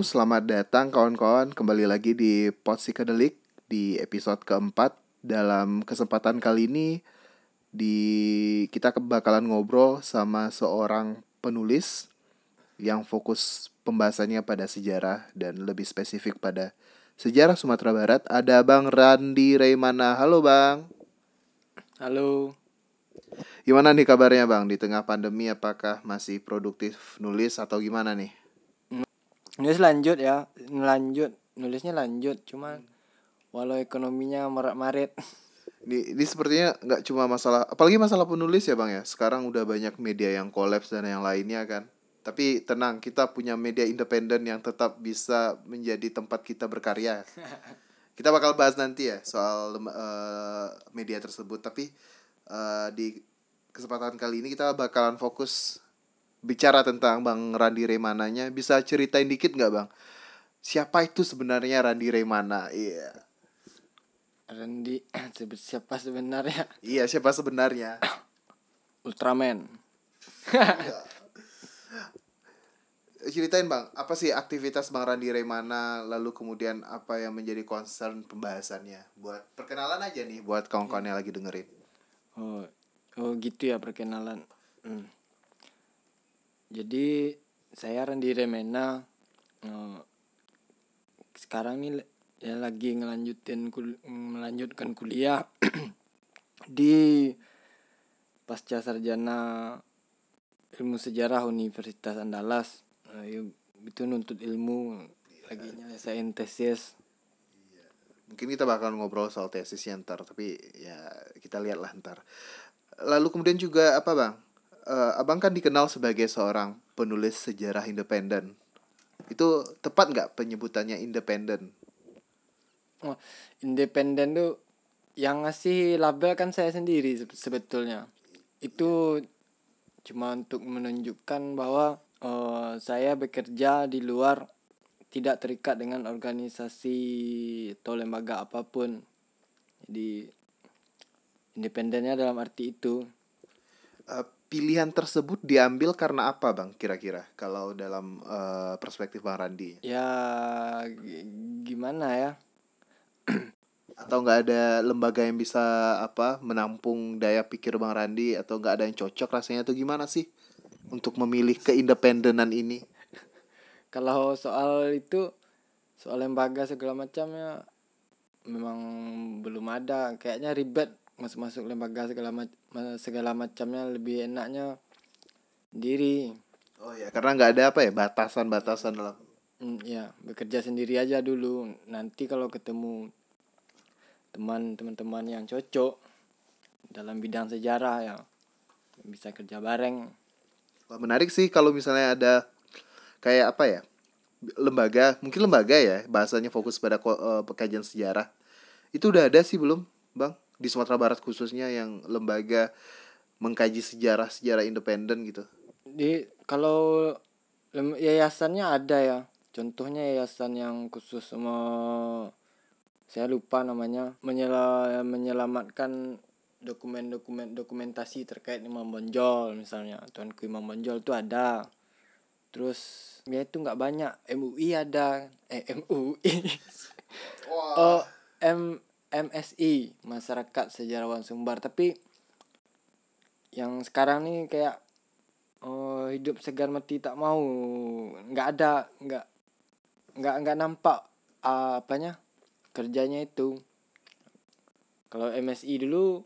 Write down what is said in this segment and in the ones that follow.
selamat datang kawan-kawan kembali lagi di Pod Psikedelik di episode keempat. Dalam kesempatan kali ini kita bakalan ngobrol sama seorang penulis yang fokus pembahasannya pada sejarah dan lebih spesifik pada sejarah Sumatera Barat. Ada Bang Randi Raimana. Halo Bang. Halo. Gimana nih kabarnya Bang? Di tengah pandemi apakah masih produktif nulis atau gimana nih? Nulisnya lanjut, cuman walau ekonominya maret-maret. Ini sepertinya nggak cuma masalah, apalagi masalah penulis ya Bang ya. Sekarang udah banyak media yang kolaps dan yang lainnya kan. Tapi tenang, kita punya media independen yang tetap bisa menjadi tempat kita berkarya. Kita bakal bahas nanti ya soal media tersebut. Tapi di kesempatan kali ini kita bakalan fokus bicara tentang Bang Randi Remananya. Bisa ceritain dikit nggak Bang? Siapa itu sebenarnya Randi Remana? Iya. Randy siapa sebenarnya? Iya, siapa sebenarnya? Ultraman. Ceritain Bang, apa sih aktivitas Bang Randi Remana, lalu kemudian apa yang menjadi concern pembahasannya? Buat perkenalan aja nih buat kawan-kawan yang lagi dengerin. Oh gitu ya perkenalan. Jadi saya Randy Remena. Sekarang nih ya lagi melanjutkan kuliah di Pasca Sarjana Ilmu Sejarah Universitas Andalas. Itu nuntut ilmu, lagi nyelesain tesis. Mungkin kita bakal ngobrol soal tesisnya ntar, tapi ya kita lihatlah ntar. Lalu kemudian juga apa Bang? Abang kan dikenal sebagai seorang penulis sejarah independen. Itu tepat nggak penyebutannya independen? Independen tuh yang ngasih label kan saya sendiri sebetulnya. Itu cuma untuk menunjukkan bahwa saya bekerja di luar, tidak terikat dengan organisasi atau lembaga apapun. Jadi independennya dalam arti itu. Pilihan tersebut diambil karena apa Bang kira-kira kalau dalam perspektif Bang Randi? Ya gimana ya? Atau nggak ada lembaga yang bisa menampung daya pikir Bang Randi, atau nggak ada yang cocok rasanya, atau gimana sih untuk memilih keindependenan ini? Kalau soal itu, soal lembaga segala macamnya memang belum ada. Kayaknya ribet masuk lembaga segala macamnya, lebih enaknya diri. Oh ya, karena nggak ada batasan-batasan dalam. Ya bekerja sendiri aja dulu. Nanti kalau ketemu teman-teman yang cocok dalam bidang sejarah ya bisa kerja bareng. Wah, menarik sih kalau misalnya ada kayak mungkin lembaga ya bahasanya fokus pada pekajian sejarah. Itu udah ada sih belum Bang di Sumatera Barat khususnya yang lembaga mengkaji sejarah independen gitu? Kalau yayasannya ada ya. Contohnya yayasan yang khusus sama, saya lupa namanya, menyelamatkan dokumentasi terkait Imam Bonjol misalnya. Tuanku Imam Bonjol itu ada. Terus ya itu nggak banyak. MUI ada. MUI. Oh, MSI, Masyarakat Sejarawan Sumbar. Tapi yang sekarang nih kayak hidup segar mati tak mau, nggak ada, nggak nampak kerjanya itu. Kalau MSI dulu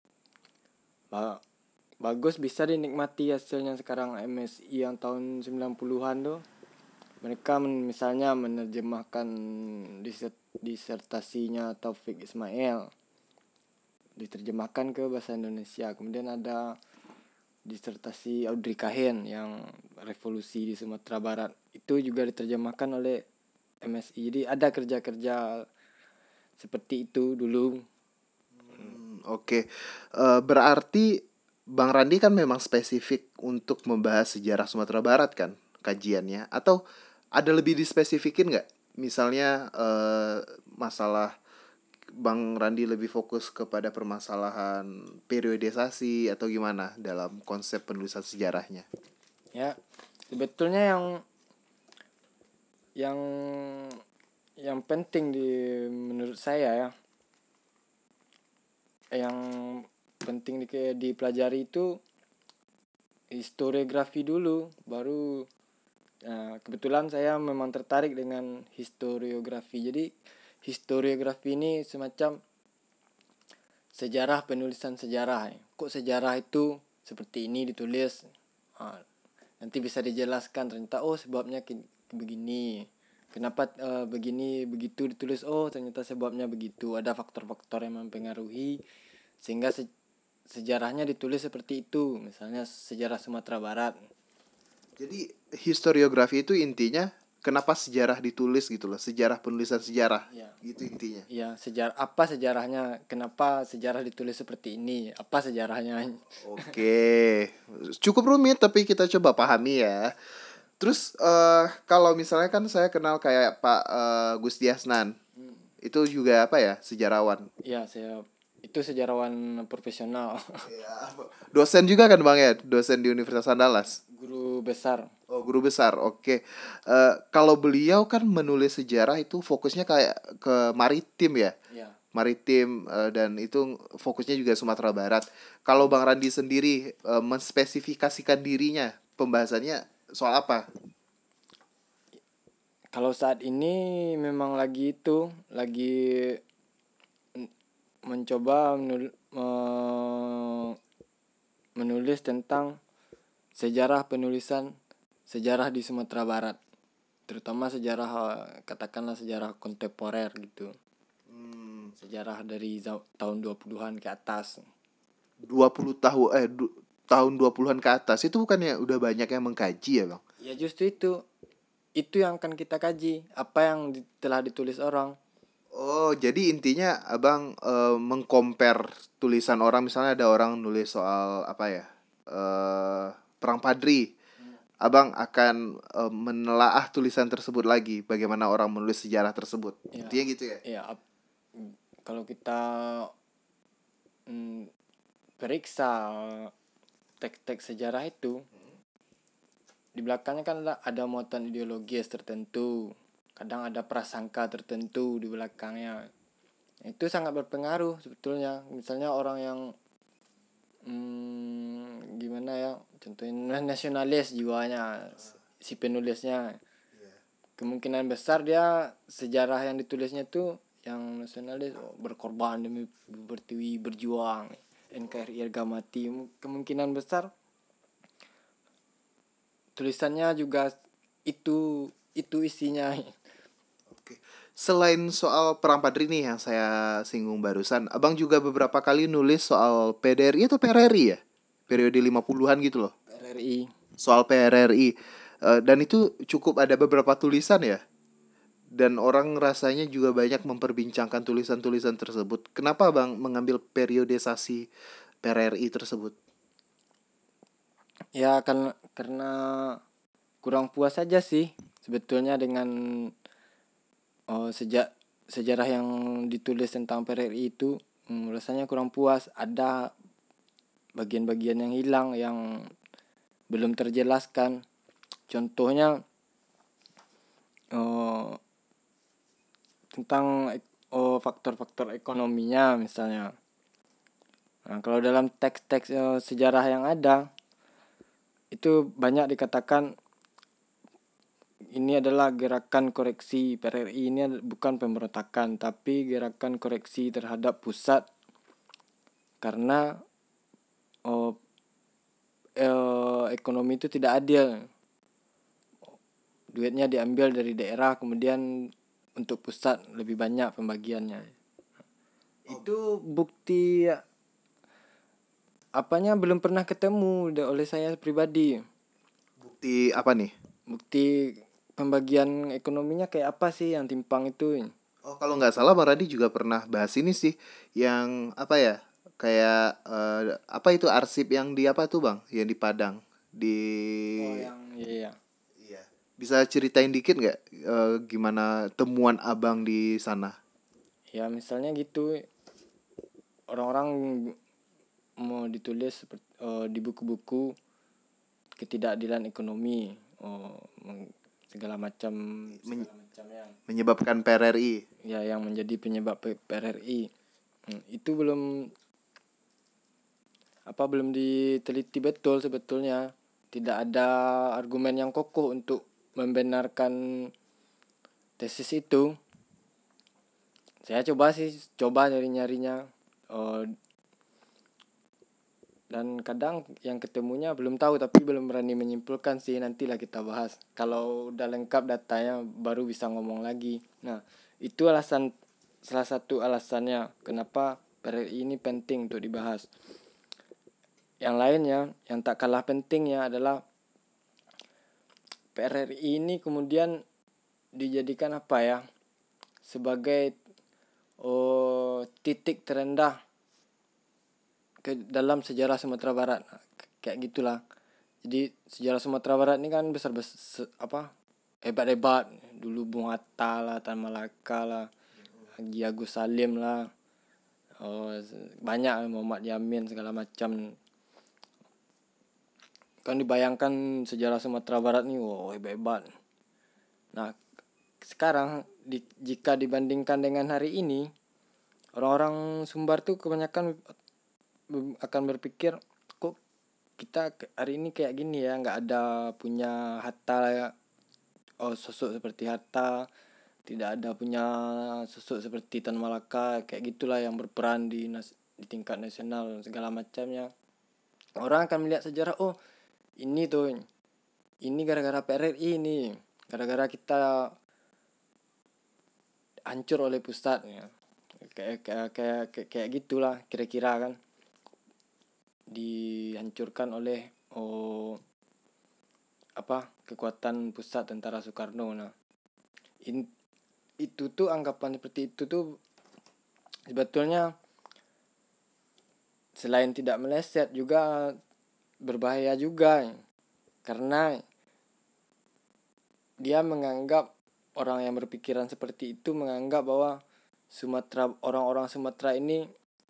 bagus, bisa dinikmati hasilnya. Sekarang MSI yang tahun 90-an tuh, mereka misalnya menerjemahkan disertasinya Taufik Ismail, diterjemahkan ke bahasa Indonesia. Kemudian ada disertasi Audrey Kahn yang revolusi di Sumatera Barat, itu juga diterjemahkan oleh MSI. Jadi ada kerja-kerja seperti itu dulu. Oke. Berarti Bang Randi kan memang spesifik untuk membahas sejarah Sumatera Barat kan kajiannya, atau ada lebih dispesifikin nggak? Misalnya masalah Bang Randi lebih fokus kepada permasalahan periodisasi atau gimana dalam konsep penulisan sejarahnya? Ya sebetulnya yang yang penting menurut saya ya, yang penting dipelajari itu historiografi dulu, baru kebetulan saya memang tertarik dengan historiografi. Jadi historiografi ini semacam sejarah, penulisan sejarah. Kok sejarah itu seperti ini ditulis, nanti bisa dijelaskan ternyata sebabnya begini, kenapa begini begitu ditulis, ternyata sebabnya begitu, ada faktor-faktor yang mempengaruhi sehingga sejarahnya ditulis seperti itu. Misalnya sejarah Sumatera Barat. Jadi historiografi itu intinya kenapa sejarah ditulis gitu loh, sejarah, penulisan sejarah Ya. gitu intinya. Ya, apa sejarahnya, kenapa sejarah ditulis seperti ini, apa sejarahnya. Oke, cukup rumit tapi kita coba pahami ya. Terus kalau misalnya kan saya kenal kayak Pak Gusti Asnan, itu juga apa ya, sejarawan. Ya, itu sejarawan profesional. Ya, dosen juga kan Bang ya, dosen di Universitas Andalas. Guru besar. Oh, guru besar. Oke. Kalau beliau kan menulis sejarah itu fokusnya kayak ke maritim ya. Ya. Maritim, dan itu fokusnya juga Sumatera Barat. Kalau Bang Randi sendiri menspesifikasikan dirinya, pembahasannya soal apa? Kalau saat ini memang lagi mencoba menulis tentang sejarah penulisan sejarah di Sumatera Barat, terutama sejarah, katakanlah sejarah kontemporer gitu. Sejarah dari tahun 20-an ke atas. 20 tahun tahun 20-an ke atas itu bukannya udah banyak yang mengkaji ya, Bang? Ya justru itu yang akan kita kaji, apa yang telah ditulis orang. Oh, jadi intinya Abang mengcompare tulisan orang, misalnya ada orang nulis soal apa ya? Perang Padri. Abang akan menelaah tulisan tersebut lagi, bagaimana orang menulis sejarah tersebut. Ya, Intinya gitu ya. ya kalau kita periksa teks-teks sejarah itu, di belakangnya kan ada muatan ideologis tertentu, kadang ada prasangka tertentu di belakangnya. Itu sangat berpengaruh sebetulnya. Misalnya orang yang gimana ya, contohnya nasionalis jiwanya si penulisnya, kemungkinan besar dia sejarah yang ditulisnya tuh yang nasionalis, berkorban demi Pertiwi, berjuang, NKRI harga mati. Kemungkinan besar tulisannya juga itu isinya. Oke. Selain soal Perang Padri nih yang saya singgung barusan, Abang juga beberapa kali nulis soal PDRI atau PRRI ya? Periode 50-an gitu loh. RRI. Soal PRRI. Dan itu cukup ada beberapa tulisan ya. Dan orang rasanya juga banyak memperbincangkan tulisan-tulisan tersebut. Kenapa Bang mengambil periodisasi PRRI tersebut? Ya karena kurang puas saja sih sebetulnya dengan sejarah yang ditulis tentang PRRI itu. Rasanya kurang puas, ada bagian-bagian yang hilang, yang belum terjelaskan. Contohnya tentang faktor-faktor ekonominya misalnya. Nah, kalau dalam teks-teks sejarah yang ada itu banyak dikatakan ini adalah gerakan koreksi, PRRI ini bukan pemberontakan tapi gerakan koreksi terhadap pusat, karena ekonomi itu tidak adil. Duitnya diambil dari daerah, kemudian untuk pusat lebih banyak pembagiannya. Itu bukti apanya belum pernah ketemu oleh saya pribadi. Bukti apa nih? Bukti pembagian ekonominya kayak apa sih yang timpang itu. Oh, kalau nggak salah Bang Radi juga pernah bahas ini sih, yang apa ya, kayak apa itu arsip yang di apa tuh Bang, yang di Padang di. Oh yang iya. Iya. Bisa ceritain dikit nggak gimana temuan Abang di sana? Ya misalnya gitu, orang-orang mau ditulis di buku-buku ketidakadilan ekonomi, segala macam Men- yang menyebabkan PRRI. ya yang menjadi penyebab PRRI. Itu belum diteliti betul sebetulnya. Tidak ada argumen yang kokoh untuk membenarkan tesis itu. Saya coba nyari-nyarinya, dan kadang yang ketemunya belum tahu, tapi belum berani menyimpulkan sih. Nantilah kita bahas. Kalau udah lengkap datanya baru bisa ngomong lagi. Nah, itu salah satu alasannya kenapa PRRI ini penting untuk dibahas. Yang lainnya, yang tak kalah pentingnya adalah PRRI ini kemudian dijadikan sebagai titik terendah ke dalam sejarah Sumatera Barat. Kayak gitulah. Jadi sejarah Sumatera Barat ini kan hebat-hebat. Dulu Bung Hatta lah, Tan Malaka lah, Haji Agus Salim lah, banyak Muhammad Yamin segala macam. Kan dibayangkan sejarah Sumatera Barat nih, hebat-hebat. Nah, sekarang jika dibandingkan dengan hari ini, orang-orang Sumbar tuh kebanyakan akan berpikir, kok kita hari ini kayak gini ya, nggak ada punya Hatta, sosok seperti Hatta, tidak ada punya sosok seperti Tan Malaka, kayak gitulah yang berperan di tingkat nasional segala macamnya. Orang akan melihat sejarah, ini gara-gara PRRI ini, gara-gara kita hancur oleh pusat ya. Kayak gitulah kira-kira kan, dihancurkan oleh kekuatan pusat tentara Soekarno. Nah, itu tuh anggapan seperti itu tuh sebetulnya selain tidak meleset juga berbahaya juga, karena dia menganggap, orang yang berpikiran seperti itu menganggap bahwa orang-orang Sumatera ini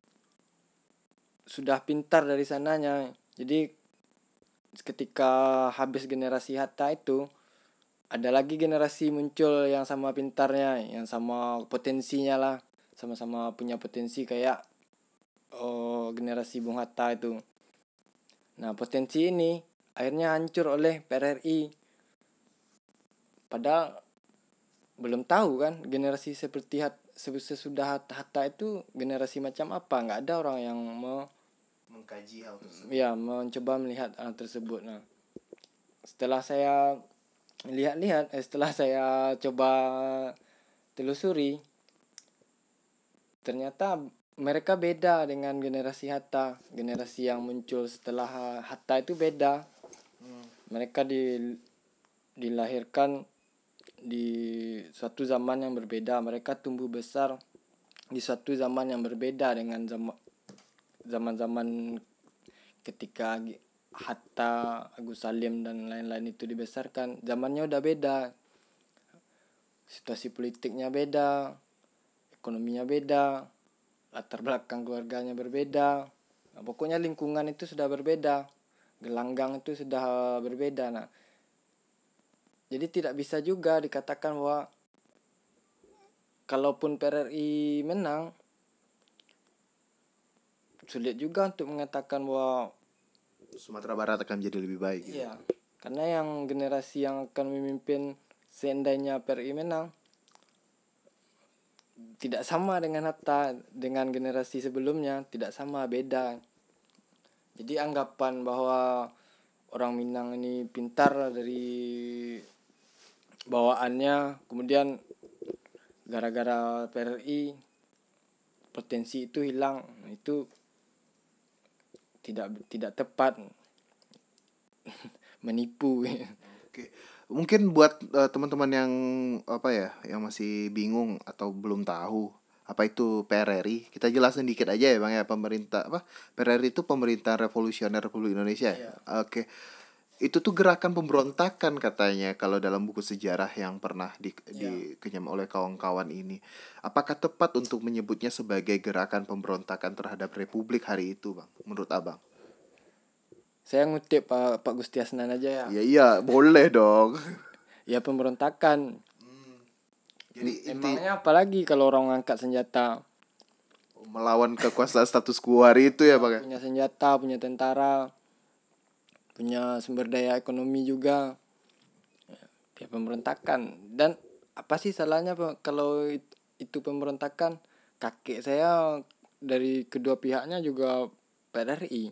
sudah pintar dari sananya. Jadi ketika habis generasi Hatta itu, ada lagi generasi muncul yang sama pintarnya, yang sama potensinya lah, sama-sama punya potensi kayak generasi Bung Hatta itu. Nah, potensi ini akhirnya hancur oleh PRRI. Padahal belum tahu kan generasi seperti sesudah Hatta itu generasi macam apa. Nggak ada orang yang Mengkaji hal tersebut. Ya, mencoba melihat hal tersebut. Nah, setelah saya lihat-lihat, setelah saya coba telusuri, ternyata mereka beda dengan generasi Hatta. Generasi yang muncul setelah Hatta itu beda. Mereka dilahirkan di suatu zaman yang berbeda. Mereka tumbuh besar di suatu zaman yang berbeda dengan zaman-zaman ketika Hatta, Agus Salim dan lain-lain itu dibesarkan. Zamannya udah beda, situasi politiknya beda, ekonominya beda, latar belakang keluarganya berbeda. Nah, pokoknya lingkungan itu sudah berbeda, gelanggang itu sudah berbeda. Nah, jadi tidak bisa juga dikatakan bahwa kalaupun PRRI menang, sulit juga untuk mengatakan bahwa Sumatera Barat akan menjadi lebih baik. Iya, karena yang generasi yang akan memimpin seandainya PRRI menang tidak sama dengan Hatta, dengan generasi sebelumnya tidak sama, beda. Jadi anggapan bahwa orang Minang ini pintar dari bawaannya, kemudian gara-gara PRRI potensi itu hilang, itu tidak tepat. Menipu. Oke. Mungkin buat teman-teman yang yang masih bingung atau belum tahu apa itu PRRI, kita jelasin dikit aja ya Bang ya. PRRI itu Pemerintahan Revolusioner Republik Indonesia. Iya. Oke. Itu tuh gerakan pemberontakan katanya kalau dalam buku sejarah yang pernah dikenyam oleh kawan-kawan ini. Apakah tepat untuk menyebutnya sebagai gerakan pemberontakan terhadap Republik hari itu, Bang? Menurut Abang? Saya ngutip Pak Gustiasnan aja ya. Iya, boleh dong. ya pemberontakan. Jadi Emangnya apalagi kalau orang angkat senjata, melawan kekuasaan status quo hari itu ya Bang ya. punya senjata, punya tentara, punya sumber daya ekonomi juga, ya pemberontakan. Dan apa sih salahnya kalau itu pemberontakan? Kakek saya dari kedua pihaknya juga PRRI.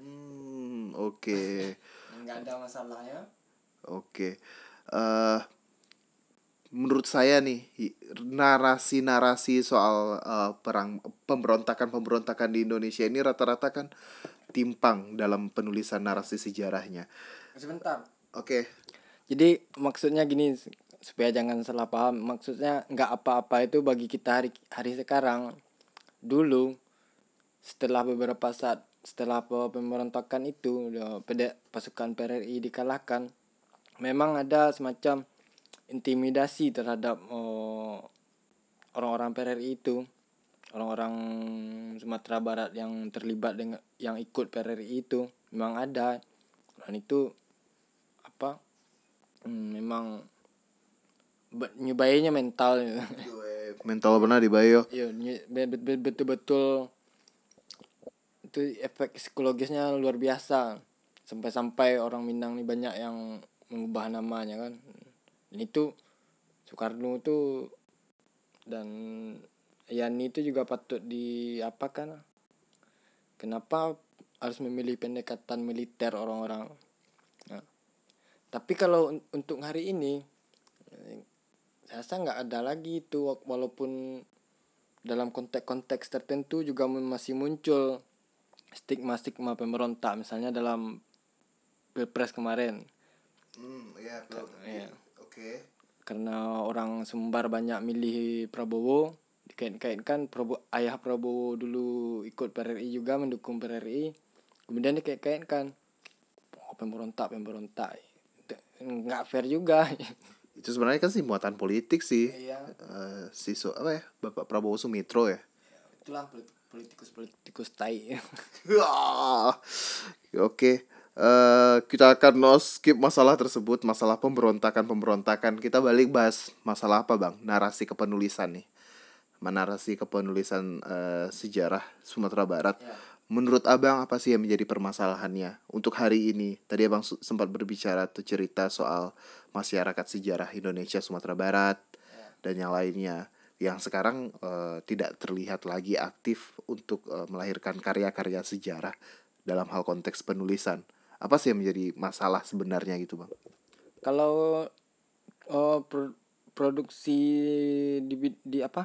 Oke. Nggak ada masalahnya. Oke. eh Menurut saya nih narasi-narasi soal perang pemberontakan di Indonesia ini rata-rata kan timpang dalam penulisan narasi sejarahnya. Sebentar. Oke. Jadi maksudnya gini, supaya jangan salah paham. Maksudnya nggak apa-apa itu bagi kita hari sekarang. Dulu setelah beberapa saat setelah pemberontakan itu, pasukan PRRI dikalahkan, memang ada semacam intimidasi terhadap orang-orang PRRI itu, orang-orang Sumatera Barat yang terlibat dengan yang ikut PRRI itu memang ada. Dan itu apa? Memang nyubayanya mental. Mental benar di Bayo. Iya, betul-betul itu efek psikologisnya luar biasa. Sampai-sampai orang Minang nih banyak yang mengubah namanya kan. Dan itu Soekarno tuh dan Yani itu juga patut diapakan. Kenapa harus memilih pendekatan militer orang-orang. Nah, tapi kalau untuk hari ini saya rasa nggak ada lagi itu, walaupun dalam konteks-konteks tertentu juga masih muncul stigma-stigma pemberontak, misalnya dalam Pilpres kemarin. Iya. Oke. Karena orang Sumbar banyak milih Prabowo, dikait-kaitkan ayah Prabowo dulu ikut PRRI juga, mendukung PRRI, kemudian dikait-kaitkan pemberontak. Nggak fair juga. Itu sebenarnya kan sih muatan politik sih. Iya. Bapak Prabowo Sumitro ya. Itulah politikus tai. Oke. Kita akan skip masalah tersebut, masalah pemberontakan. Kita balik bahas masalah apa Bang? Narasi kepenulisan nih. Narasi kepenulisan sejarah Sumatera Barat. Ya. Menurut Abang apa sih yang menjadi permasalahannya untuk hari ini? Tadi Abang sempat berbicara atau cerita soal masyarakat sejarah Indonesia Sumatera Barat dan yang lainnya yang sekarang tidak terlihat lagi aktif untuk melahirkan karya-karya sejarah dalam hal konteks penulisan. Apa sih yang menjadi masalah sebenarnya gitu Bang? Kalau produksi di apa?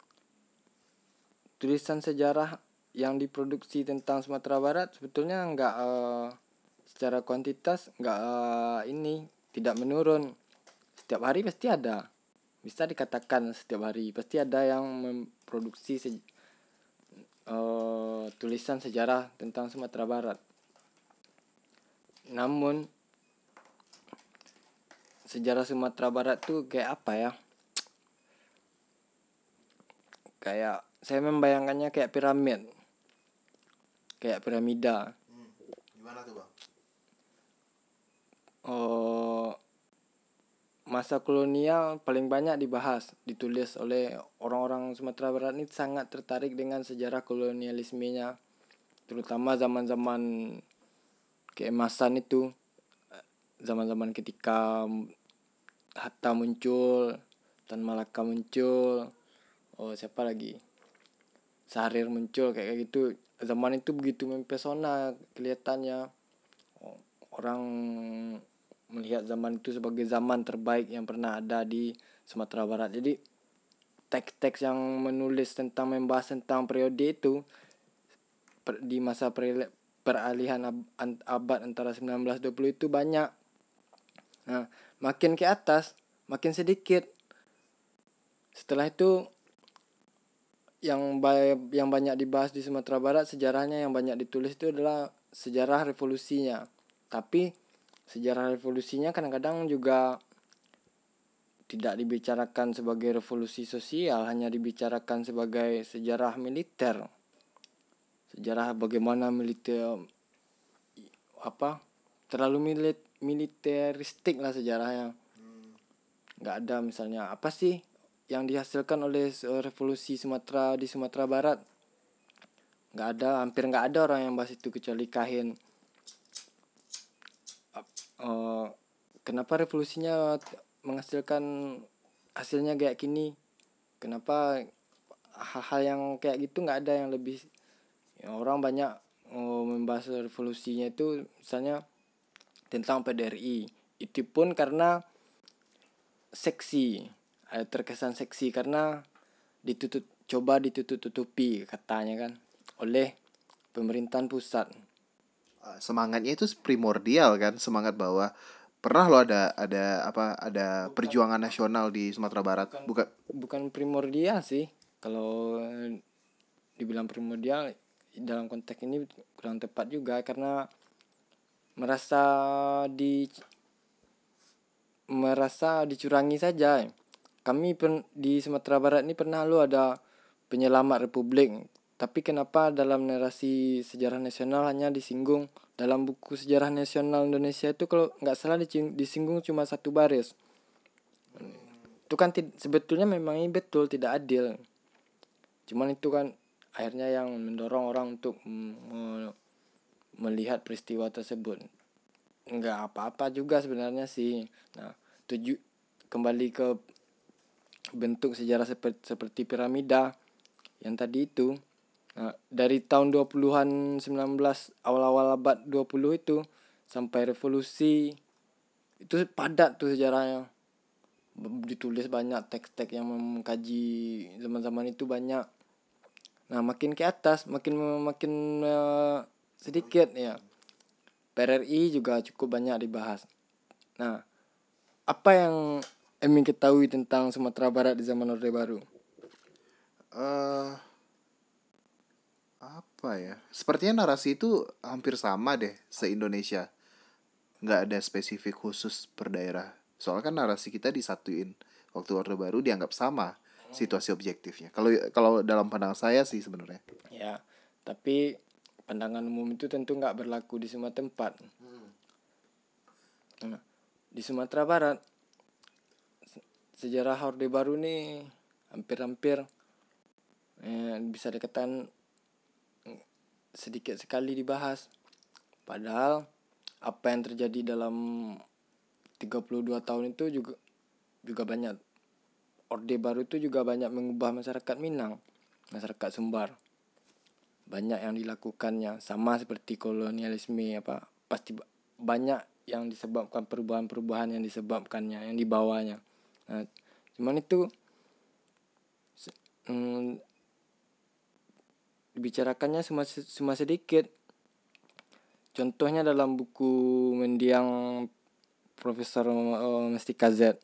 Tulisan sejarah yang diproduksi tentang Sumatera Barat sebetulnya nggak secara kuantitas nggak tidak menurun. Setiap hari pasti ada. Bisa dikatakan setiap hari pasti ada yang memproduksi tulisan sejarah tentang Sumatera Barat. Namun sejarah Sumatera Barat tuh kayak apa ya? Kayak saya membayangkannya kayak piramid. Kayak piramida. Gimana tuh Bang? Masa kolonial paling banyak ditulis oleh orang-orang Sumatera Barat ini, sangat tertarik dengan sejarah kolonialismenya, terutama zaman-zaman keemasan itu, zaman-zaman ketika Hatta muncul, Tan Malaka muncul, siapa lagi, Syahrir muncul, kayak gitu. Zaman itu begitu mempesona kelihatannya. Orang melihat zaman itu sebagai zaman terbaik yang pernah ada di Sumatera Barat. Jadi teks-teks yang membahas tentang periode itu di masa peralihan abad antara 1920 itu banyak. Nah, makin ke atas makin sedikit. Setelah itu yang banyak dibahas di Sumatera Barat, sejarahnya yang banyak ditulis itu adalah sejarah revolusinya. Tapi sejarah revolusinya kadang-kadang juga tidak dibicarakan sebagai revolusi sosial, hanya dibicarakan sebagai sejarah militer. Sejarah bagaimana militer terlalu militeristik lah sejarahnya. nggak ada misalnya apa sih yang dihasilkan oleh revolusi Sumatera di Sumatera Barat. Nggak ada, hampir nggak ada orang yang bahas itu kecuali Kahin. Kenapa revolusinya menghasilkan hasilnya kayak gini, kenapa hal-hal yang kayak gitu nggak ada yang lebih ya, orang banyak membahas revolusinya itu misalnya tentang PDRI, itu pun karena seksi, terkesan seksi karena ditutup-tutupi katanya kan oleh pemerintahan pusat. Semangatnya itu primordial kan, semangat bahwa pernah lo ada perjuangan nasional di Sumatera Barat. Bukan primordial sih, kalau dibilang primordial dalam konteks ini kurang tepat juga karena merasa dicurangi saja. Kami di Sumatera Barat ini pernah lu ada penyelamat republik, tapi kenapa dalam narasi sejarah nasional hanya disinggung dalam buku sejarah nasional Indonesia itu kalau nggak salah disinggung cuma satu baris. Itu kan sebetulnya memang ini betul tidak adil. Cuman itu kan akhirnya yang mendorong orang untuk melihat peristiwa tersebut. Nggak apa-apa juga sebenarnya sih. Nah, kembali ke bentuk sejarah seperti piramida yang tadi itu. Nah, dari tahun 20-an 19 awal-awal abad 20 itu sampai revolusi itu padat tuh sejarahnya. Ditulis banyak teks-teks yang mengkaji zaman-zaman itu banyak. Nah, makin ke atas makin sedikit ya. PRRI juga cukup banyak dibahas. Nah, apa yang Emin ketahui tentang Sumatera Barat di zaman Orde Baru? Apa ya? Sepertinya narasi itu hampir sama deh se-Indonesia. Nggak ada spesifik khusus per daerah. Soalnya kan narasi kita disatuin. Waktu Orde Baru dianggap sama situasi objektifnya. Kalau dalam pandangan saya sih sebenarnya. Ya, tapi pandangan umum itu tentu nggak berlaku di semua tempat. Nah, di Sumatera Barat sejarah Orde Baru nih hampir-hampir bisa dikatakan sedikit sekali dibahas. Padahal apa yang terjadi dalam 32 tahun itu juga banyak. Orde Baru itu juga banyak mengubah masyarakat Minang, masyarakat Sumbar. Banyak yang dilakukannya, sama seperti kolonialisme pasti banyak yang disebabkan perubahan-perubahan yang disebabkannya, yang dibawanya. Nah, cuman itu dibicarakannya cuma sedikit. Contohnya dalam buku mendiang Profesor Mestika Z,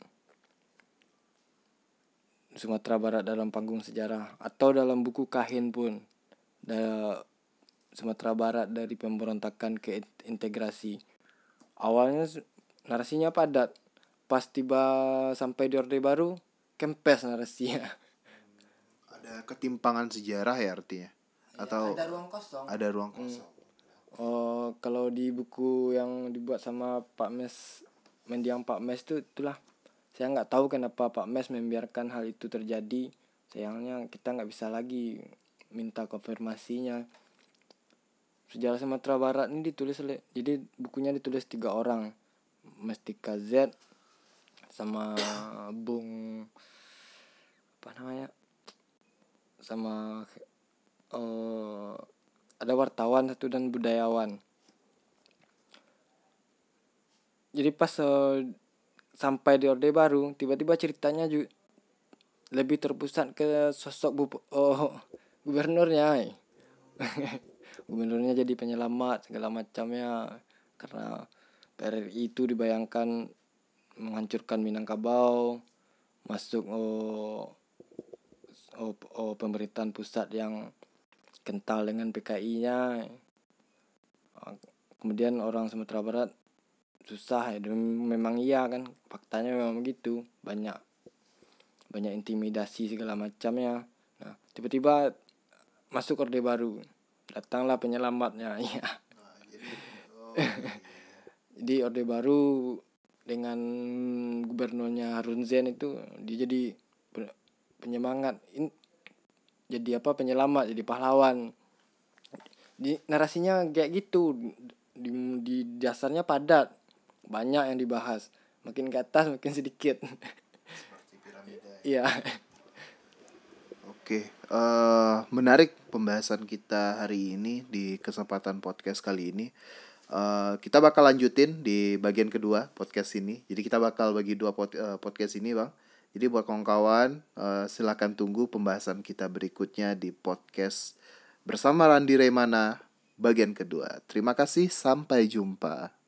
Sumatera Barat dalam panggung sejarah, atau dalam buku Kahin pun, Sumatera Barat dari pemberontakan ke integrasi. Awalnya narasinya padat, pas tiba sampai di Orde Baru kempes narasinya. Ada ketimpangan sejarah ya artinya? Atau ada ruang kosong. Ada ruang kosong. Kalau di buku yang dibuat sama Pak Mes, mendiang Pak Mes itulah. Saya nggak tahu kenapa Pak Mes membiarkan hal itu terjadi. Sayangnya kita nggak bisa lagi minta konfirmasinya. Sejarah Sumatera Barat ini jadi bukunya ditulis 3 orang, Mestika Z sama Bung sama ada wartawan satu dan budayawan. Jadi pas sampai di Orde Baru, tiba-tiba ceritanya juga lebih terpusat ke sosok gubernurnya. Gubernurnya jadi penyelamat segala macamnya, karena PRRI itu dibayangkan menghancurkan Minangkabau, masuk pemerintahan pusat yang kental dengan PKI-nya. Kemudian orang Sumatera Barat susah ya, memang iya kan, faktanya memang begitu, banyak intimidasi segala macamnya. Nah, tiba-tiba masuk Orde Baru, datanglah penyelamatnya. Jadi Orde Baru dengan gubernurnya Harun Zain itu, dia jadi penyemangat, jadi penyelamat, jadi pahlawan. Di narasinya kayak gitu, di dasarnya padat, banyak yang dibahas, makin ke atas makin sedikit. Seperti piramida. Iya. Oke, menarik pembahasan kita hari ini di kesempatan podcast kali ini. Kita bakal lanjutin di bagian kedua podcast ini. Jadi kita bakal bagi dua podcast ini, Bang. Jadi buat kawan-kawan, silakan tunggu pembahasan kita berikutnya di podcast bersama Randi Remana bagian kedua. Terima kasih, sampai jumpa.